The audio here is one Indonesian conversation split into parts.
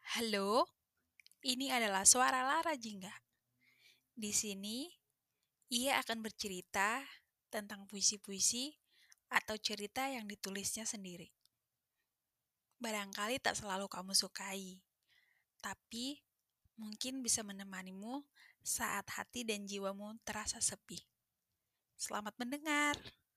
Halo, ini adalah suara Lara Jingga. Di sini, ia akan bercerita tentang puisi-puisi atau cerita yang ditulisnya sendiri. Barangkali tak selalu kamu sukai, tapi mungkin bisa menemanimu saat hati dan jiwamu terasa sepi. Selamat mendengar.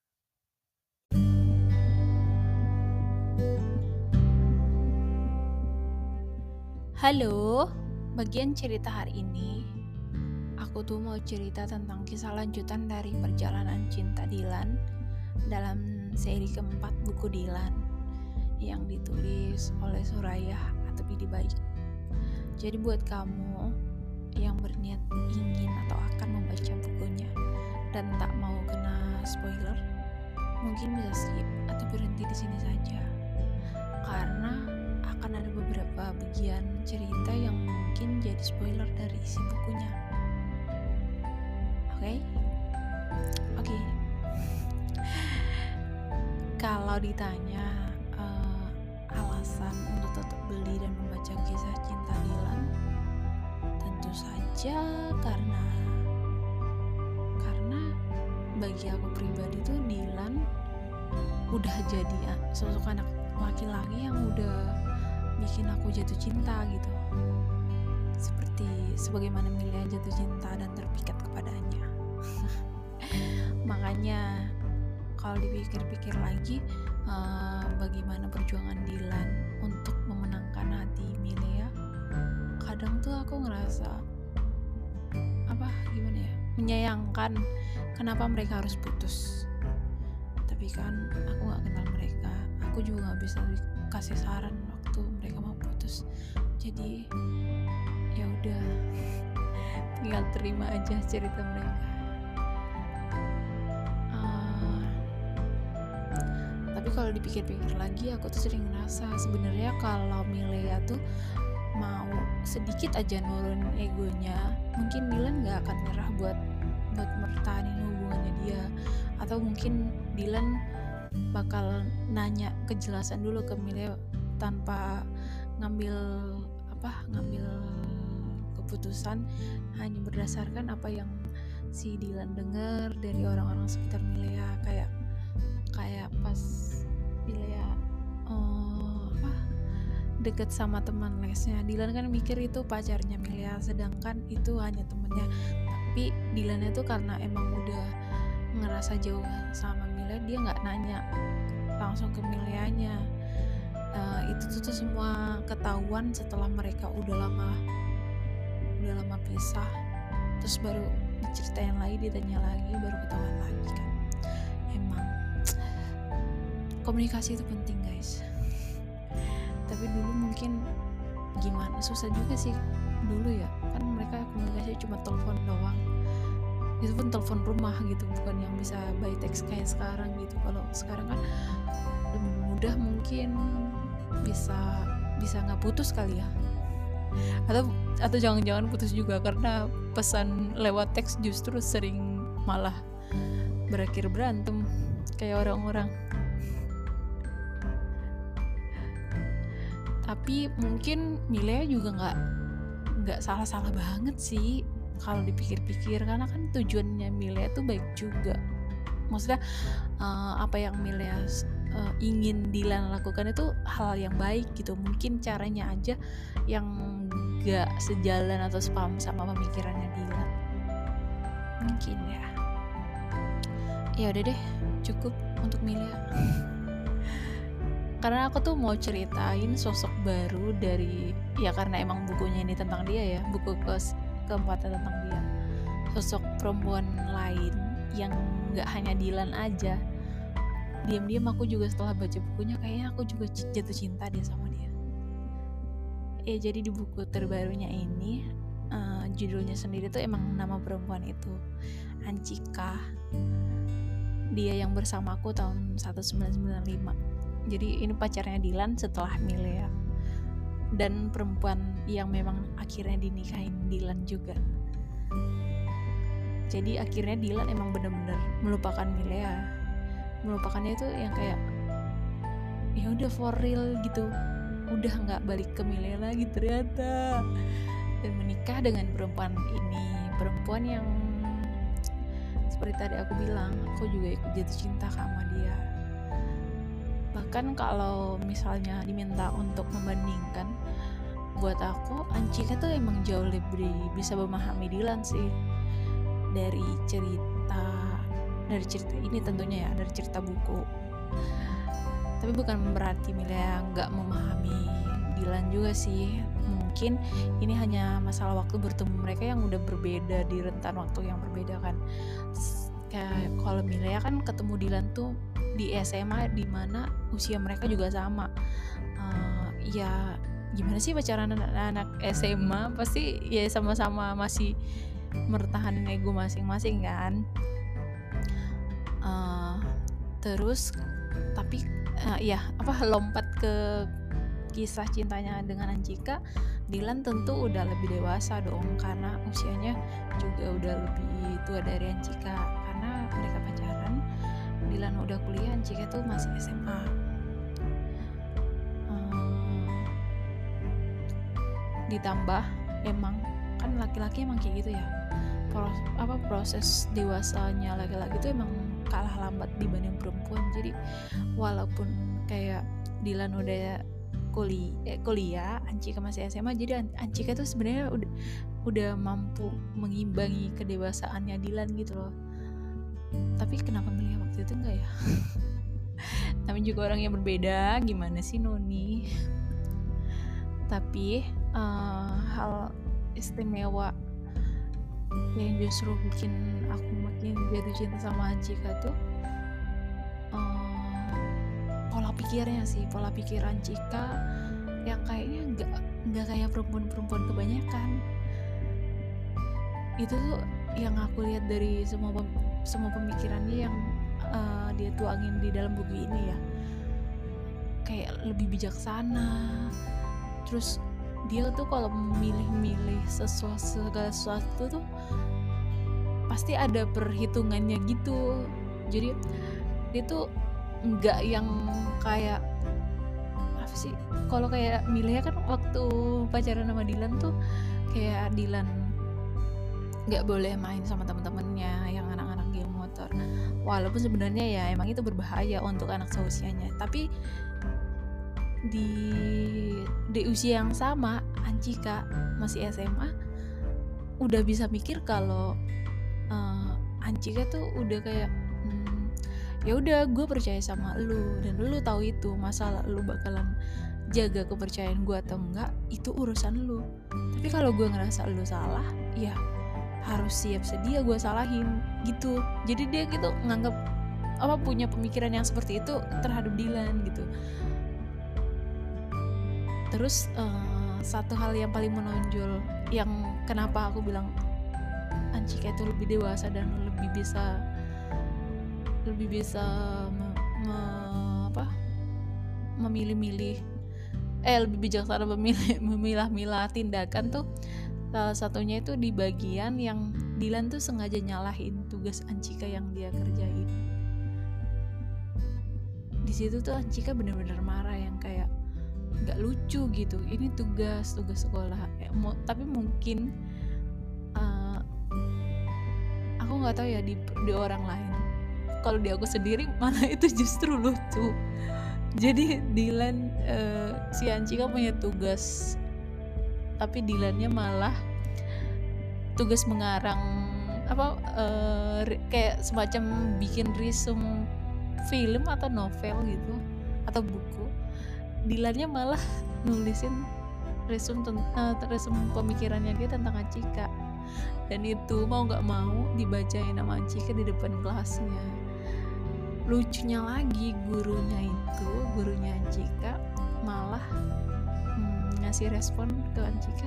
Halo, bagian cerita hari ini aku tuh mau cerita tentang kisah lanjutan dari perjalanan cinta Dilan dalam seri keempat buku Dilan yang ditulis oleh Suraya atau Bidi Baik. Jadi buat kamu yang berniat ingin atau akan membaca bukunya dan tak mau kena spoiler, mungkin bisa skip atau berhenti di sini saja. Karena akan ada beberapa bagian cerita yang mungkin jadi spoiler dari isi bukunya. Oke? Oke. Kalau ditanya alasan untuk tetap beli dan membaca kisah cinta Dilan, tentu saja karena bagi aku pribadi tuh Dilan udah jadi sosok anak laki-laki yang udah bikin aku jatuh cinta gitu, seperti sebagaimana Milea jatuh cinta dan terpikat kepadanya. Makanya kalau dipikir-pikir lagi, bagaimana perjuangan Dilan untuk memenangkan hati Milea, kadang tuh aku ngerasa menyayangkan kenapa mereka harus putus. Tapi kan aku nggak kenal mereka, aku juga nggak bisa kasih saran waktu mereka mau putus. Jadi ya udah, tinggal terima aja cerita mereka. Tapi kalau dipikir-pikir lagi, aku tuh sering ngerasa sebenarnya kalau Milea tuh mau sedikit aja nurunin egonya, mungkin Dilan nggak akan nyerah buat mertahanin hubungannya dia. Atau mungkin Dilan bakal nanya kejelasan dulu ke Milea tanpa ngambil keputusan hanya berdasarkan apa yang si Dilan dengar dari orang-orang sekitar Milea, kayak pas Milea deket sama teman lesnya. Dilan kan mikir itu pacarnya Milea, sedangkan itu hanya temennya. Tapi Dilannya tuh karena emang udah ngerasa jauh sama Milea, dia nggak nanya langsung ke Mileanya. Itu tuh semua ketahuan setelah mereka udah lama pisah, terus baru diceritain lagi, ditanya lagi, baru ketahuan lagi kan. Emang komunikasi itu penting guys. Tapi dulu mungkin gimana, susah juga sih dulu ya, kan mereka komunikasi cuma telepon doang, itu pun telepon rumah gitu, bukan yang bisa by text kayak sekarang gitu. Kalau sekarang kan lebih mudah, mungkin bisa nggak putus kali ya, atau jangan-jangan putus juga karena pesan lewat teks justru sering malah berakhir berantem kayak orang-orang. Tapi mungkin Milea juga nggak salah-salah banget sih kalau dipikir-pikir, karena kan tujuannya Milea tuh baik juga. Maksudnya apa yang Milea ingin Dilan lakukan itu hal yang baik gitu. Mungkin caranya aja yang nggak sejalan atau sepaham sama pemikirannya Dilan, mungkin ya. Ya udah deh, cukup untuk Milea. Karena aku tuh mau ceritain sosok baru dari, ya karena emang bukunya ini tentang dia ya, buku keempatnya tentang dia, sosok perempuan lain yang gak hanya Dilan aja. Diam-diam aku juga setelah baca bukunya kayaknya aku juga jatuh cinta dia sama dia. Ya jadi di buku terbarunya ini, judulnya sendiri tuh emang nama perempuan itu Ancika. Dia yang bersamaku tahun 1995. Jadi ini pacarnya Dilan setelah Milea, dan perempuan yang memang akhirnya dinikahin Dilan juga. Jadi akhirnya Dilan emang bener-bener melupakan Milea. Melupakannya itu yang kayak ya udah for real gitu. udah nggak balik ke Milea lagi ternyata, dan menikah dengan perempuan ini, perempuan yang seperti tadi aku bilang, aku juga ikut jatuh cinta sama dia. Bahkan kalau misalnya diminta untuk membandingkan, buat aku Anchika tuh emang jauh lebih bisa memahami Dilan sih, dari cerita ini tentunya ya, dari cerita buku. Tapi bukan berarti Milea nggak memahami Dilan juga sih. Mungkin ini hanya masalah waktu bertemu mereka yang udah berbeda di rentan waktu yang berbeda kan. Kayak kalau Milea kan ketemu Dilan tuh di SMA, di mana usia mereka juga sama. Ya gimana sih pacaran anak SMA, pasti ya sama-sama masih mertahanin ego masing-masing kan. Terus tapi lompat ke kisah cintanya dengan Anchika, Dilan tentu udah lebih dewasa dong, karena usianya juga udah lebih tua dari Anchika. Karena mereka pacaran, Dilan udah kuliah, Anchika tuh masih SMA. Ditambah emang kan laki-laki emang kayak gitu ya, proses dewasanya laki-laki tuh emang kalah lambat dibanding perempuan. Jadi walaupun kayak Dilan udah kuliah, Anchika masih SMA, jadi Anchika tuh sebenarnya udah mampu mengimbangi kedewasaannya Dilan gitu loh. Tapi kenapa Milea waktu itu enggak ya? Namanya juga orang yang berbeda, gimana sih Noni? Tapi hal istimewa yang justru bikin aku makin jatuh cinta sama Anchika tuh pola pikir Anchika yang kayaknya nggak kayak perempuan kebanyakan. Itu tuh yang aku lihat dari semua pemikirannya yang dia tuangin di dalam buku ini ya, kayak lebih bijaksana. Terus dia tuh kalau memilih segala sesuatu tuh pasti ada perhitungannya gitu. Jadi dia tuh nggak yang kayak apa sih, kalau kayak Milea kan waktu pacaran sama Dilan tuh kayak Dilan nggak boleh main sama teman-temannya yang anak-anak game motor, walaupun sebenarnya ya emang itu berbahaya untuk anak seusianya. Tapi di usia yang sama, Anchika masih SMA udah bisa mikir kalau Anchika tuh udah kayak ya udah, gue percaya sama lu dan lu tahu itu, masalah lu bakalan jaga kepercayaan gue atau enggak itu urusan lu. Tapi kalau gue ngerasa lu salah, ya harus siap sedia gue salahin gitu. Jadi dia gitu nganggap punya pemikiran yang seperti itu terhadap Dilan gitu. Terus satu hal yang paling menonjol yang kenapa aku bilang Anchika itu lebih dewasa dan lebih bisa memilih-milih, lebih bijaksana memilah-milah tindakan tuh, salah satunya itu di bagian yang Dilan tuh sengaja nyalahin tugas Anchika yang dia kerjain. Di situ tuh Anchika bener-bener marah yang kayak nggak lucu gitu, ini tugas sekolah. Tapi mungkin aku nggak tahu ya di orang lain. Kalau di aku sendiri malah itu justru lucu. Jadi Dilan si Anchika punya tugas, tapi Dilannya malah tugas mengarang kayak semacam bikin resume film atau novel gitu atau buku. Dilannya malah nulisin resume pemikirannya dia tentang Anchika, dan itu mau nggak mau dibacain sama Anchika di depan kelasnya. Lucunya lagi, gurunya Anchika malah ngasih respon ke Anchika,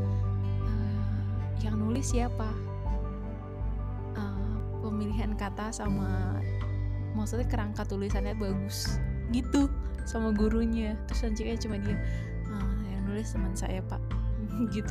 yang nulis siapa, pemilihan kata sama maksudnya kerangka tulisannya bagus gitu sama gurunya. Terus Anchika cuma dia yang nulis teman saya pak gitu.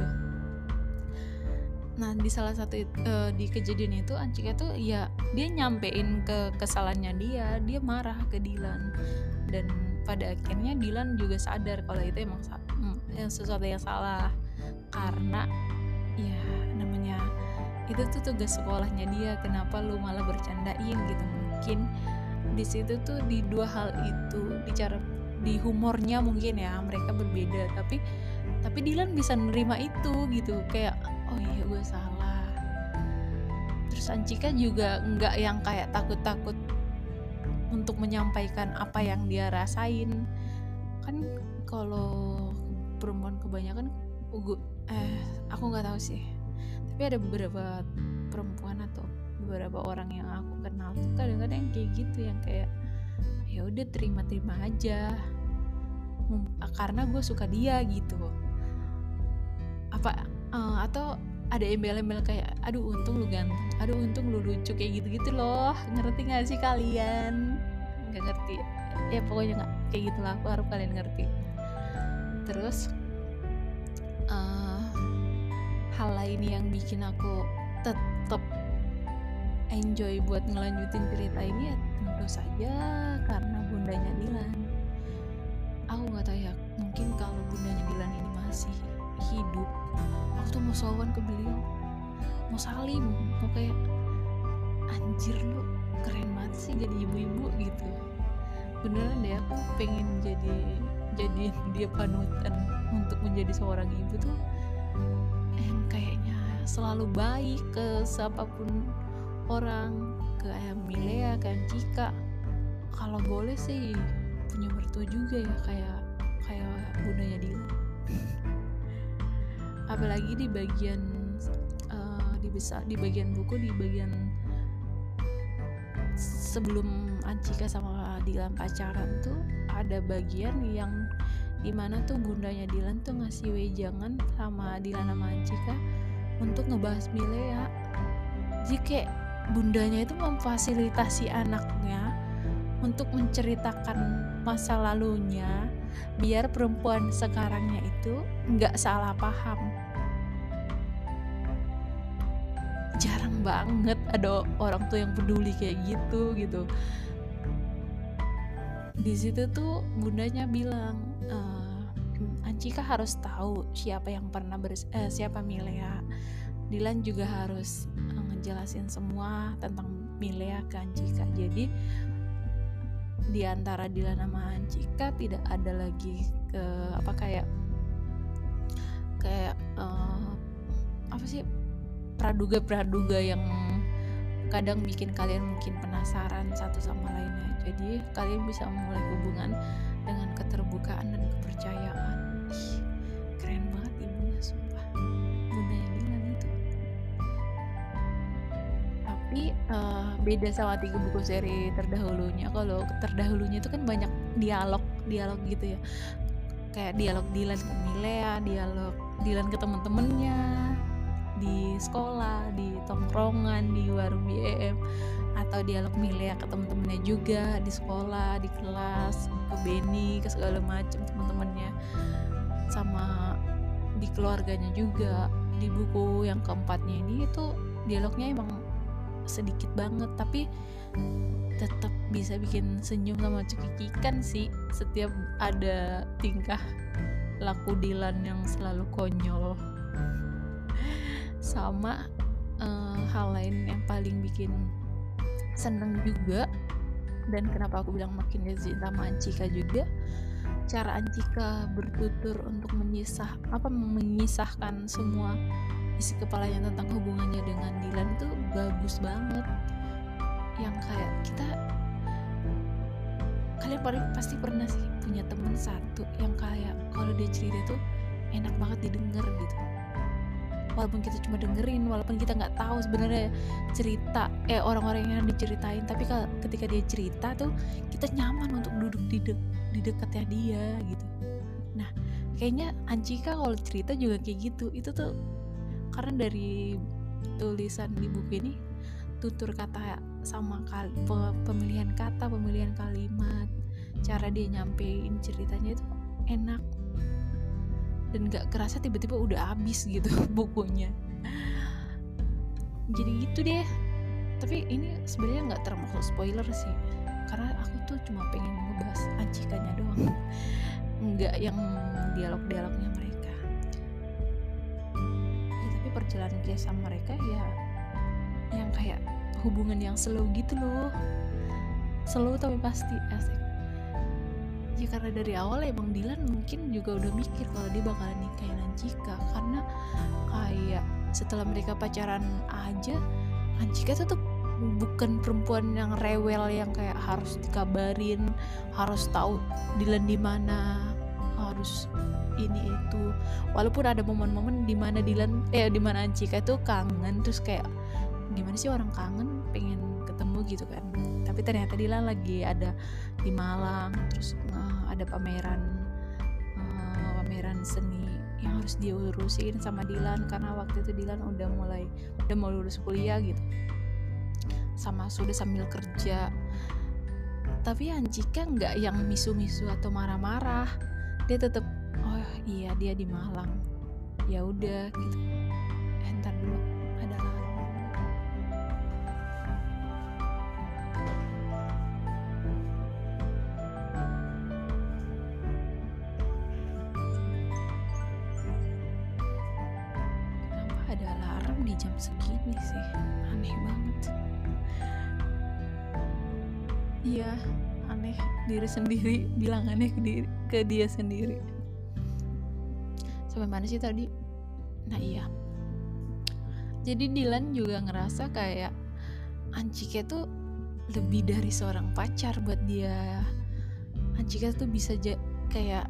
Nah di salah satu di kejadian itu Anchika tuh ya dia nyampein ke kesalahannya dia marah ke Dilan, dan pada akhirnya Dilan juga sadar kalau itu emang sesuatu yang salah, karena ya namanya itu tuh tugas sekolahnya dia, kenapa lu malah bercandain gitu. Mungkin di situ tuh di dua hal itu, di humornya mungkin ya mereka berbeda, tapi Dilan bisa nerima itu gitu, kayak oh iya gue salah. Terus Ancika juga nggak yang kayak takut-takut untuk menyampaikan apa yang dia rasain. Kan kalau perempuan kebanyakan aku nggak tahu sih, tapi ada beberapa perempuan atau beberapa orang yang aku kenal tuh kadang-kadang kayak gitu, yang kayak ya udah terima aja karena gue suka dia gitu. Atau ada embel-embel kayak aduh untung lu ganteng, aduh untung lu lucu, kayak gitu-gitu loh. Ngerti gak sih kalian? Gak ngerti ya, pokoknya gak kayak gitu lah, aku harap kalian ngerti. Terus hal lain yang bikin aku tetap enjoy buat ngelanjutin cerita ini ya tentu saja karena bundanya Dilan. Aku gak tahu ya, mungkin kalau bundanya Dilan ini masih hidup, aku tuh mau sowan ke beliau, mau salim, mau kayak anjir lu keren banget sih jadi ibu-ibu gitu. Beneran deh, aku pengen jadi dia panutan untuk menjadi seorang ibu tuh, yang kayaknya selalu baik ke siapapun orang, ke Ayam Milea, ke Ancika. Kalau boleh sih punya mertua juga ya kayak bundanya Dilan. Apalagi di bagian di bagian buku, di bagian sebelum Ancika sama Dilan pacaran tuh ada bagian yang dimana tuh bundanya Dilan tuh ngasih wejangan sama Dilan sama Ancika untuk ngebahas Milea. Jadi kayak bundanya itu memfasilitasi anaknya untuk menceritakan masa lalunya biar perempuan sekarangnya itu nggak salah paham. Jarang banget ada orang tuh yang peduli kayak gitu. Di situ tuh bundanya bilang, Ancika harus tahu siapa yang pernah siapa Milea. Dilan juga harus ngejelasin semua tentang Milea ke Ancika. Jadi di antara Dilan sama Ancika tidak ada lagi praduga yang kadang bikin kalian mungkin penasaran satu sama lainnya. Jadi kalian bisa memulai hubungan dengan keterbukaan dan kepercayaan. Keren banget ibunya, sumpah, bundanya Dilan itu. Tapi beda sama 3 buku seri terdahulunya. Kalau terdahulunya itu kan banyak dialog gitu ya, kayak dialog Dilan ke Milea, dialog Dilan ke temen-temennya di sekolah, di tongkrongan, di warung BM, atau dialog Milea ke temen-temennya juga di sekolah, di kelas, ke Benny, ke segala macam temen-temennya, sama di keluarganya juga. Di buku yang keempatnya ini itu dialognya emang sedikit banget, tapi tetap bisa bikin senyum sama cekikikan sih setiap ada tingkah laku Dilan yang selalu konyol. Sama hal lain yang paling bikin seneng juga, dan kenapa aku bilang makin cinta sama Ancika juga, cara Ancika bertutur untuk menyisahkan semua isi kepalanya tentang hubungannya dengan Dilan itu bagus banget. Yang kayak kalian pasti pernah sih punya teman satu yang kayak kalau dia cerita tuh enak banget didengar gitu, walaupun kita cuma dengerin, walaupun kita nggak tahu sebenarnya cerita orang-orang yang diceritain, tapi ketika dia cerita tuh kita nyaman untuk duduk di dekatnya dia gitu. Nah kayaknya Ancika kalau cerita juga kayak gitu. Itu tuh karena dari tulisan di buku ini, tutur kata sama pemilihan kata, pemilihan kalimat, cara dia nyampein ceritanya itu enak dan gak kerasa tiba-tiba udah habis gitu bukunya. Jadi gitu deh. Tapi ini sebenarnya gak termasuk spoiler sih, karena aku tuh cuma pengen ngebahas Anjikanya doang, nggak yang dialog-dialognya mereka ya. Tapi perjalanan kisah mereka ya yang kayak hubungan yang slow gitu loh, slow tapi pasti asik ya. Karena dari awal emang Dilan mungkin juga udah mikir kalau dia bakalan nikahin Anjika, karena kayak setelah mereka pacaran aja, Anjika tuh bukan perempuan yang rewel yang kayak harus dikabarin, harus tahu Dilan di mana, harus ini itu. Walaupun ada momen-momen di mana di mana Anjika itu kangen, terus kayak gimana sih orang kangen pengen ketemu gitu kan. Tapi ternyata Dilan lagi ada di Malang, terus ada pameran seni yang harus diurusin sama Dilan, karena waktu itu Dilan udah mau lulus kuliah gitu, sama sudah sambil kerja. Tapi Anjika nggak yang misu-misu atau marah-marah, dia tetap oh iya dia di Malang, ya udah gitu. Ntar dulu ada alarm. Kenapa ada alarm di jam segini sih? Aneh banget. Iya, aneh, diri sendiri bilang aneh ke dia sendiri. Sampai mana sih tadi? Nah iya, jadi Dilan juga ngerasa kayak Anjika tuh lebih dari seorang pacar buat dia. Anjika tuh bisa kayak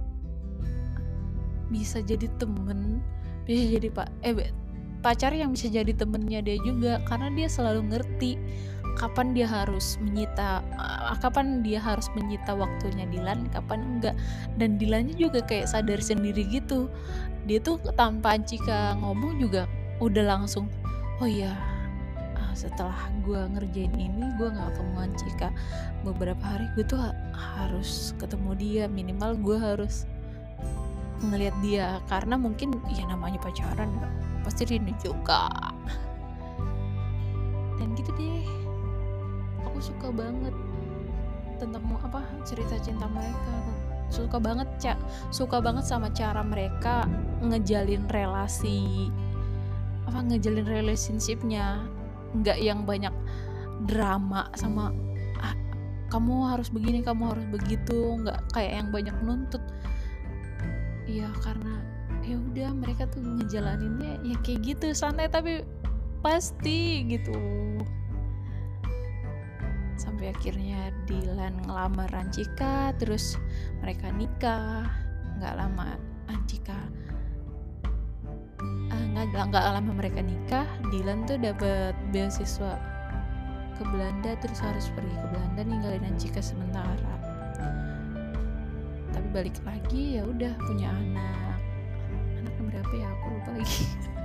bisa jadi temen, bisa jadi pacar yang bisa jadi temennya dia juga, karena dia selalu ngerti kapan dia harus menyita waktunya Dilan, kapan enggak. Dan Dilannya juga kayak sadar sendiri gitu, dia tuh tanpa Anjika ngomong juga udah langsung oh iya, setelah gue ngerjain ini gue gak ketemu Anjika beberapa hari, gue tuh harus ketemu dia, minimal gue harus ngelihat dia, karena mungkin ya namanya pacaran pasti rindu juga. Dan gitu deh, aku suka banget tentang cerita cinta mereka. Suka banget sama cara mereka ngejalin relationshipnya, nggak yang banyak drama sama kamu harus begini, kamu harus begitu, nggak kayak yang banyak nuntut. Ya karena ya udah mereka tuh ngejalaninnya ya kayak gitu, santai tapi pasti gitu. Sampai akhirnya Dilan ngelamar Anjika, terus mereka nikah. Nggak lama mereka nikah, Dilan tuh dapat beasiswa ke Belanda, terus harus pergi ke Belanda ninggalin Anjika sementara. Tapi balik lagi ya udah punya anak berapa ya aku lupa lagi.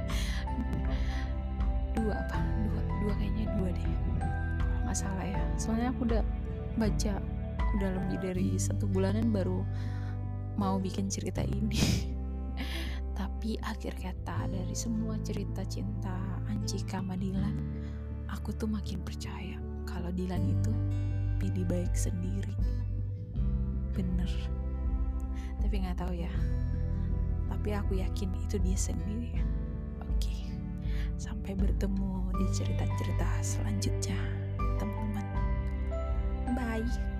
dua kayaknya deh kalau nggak salah ya, soalnya aku udah baca udah lebih dari 1 bulanan baru mau bikin cerita ini. Tapi akhir kata dari semua cerita cinta Anjika sama Dilan, aku tuh makin percaya kalau Dilan itu pilih baik sendiri, bener. Tapi nggak tahu ya, tapi aku yakin itu dia sendiri. Oke, sampai bertemu di cerita-cerita selanjutnya, teman-teman. Bye.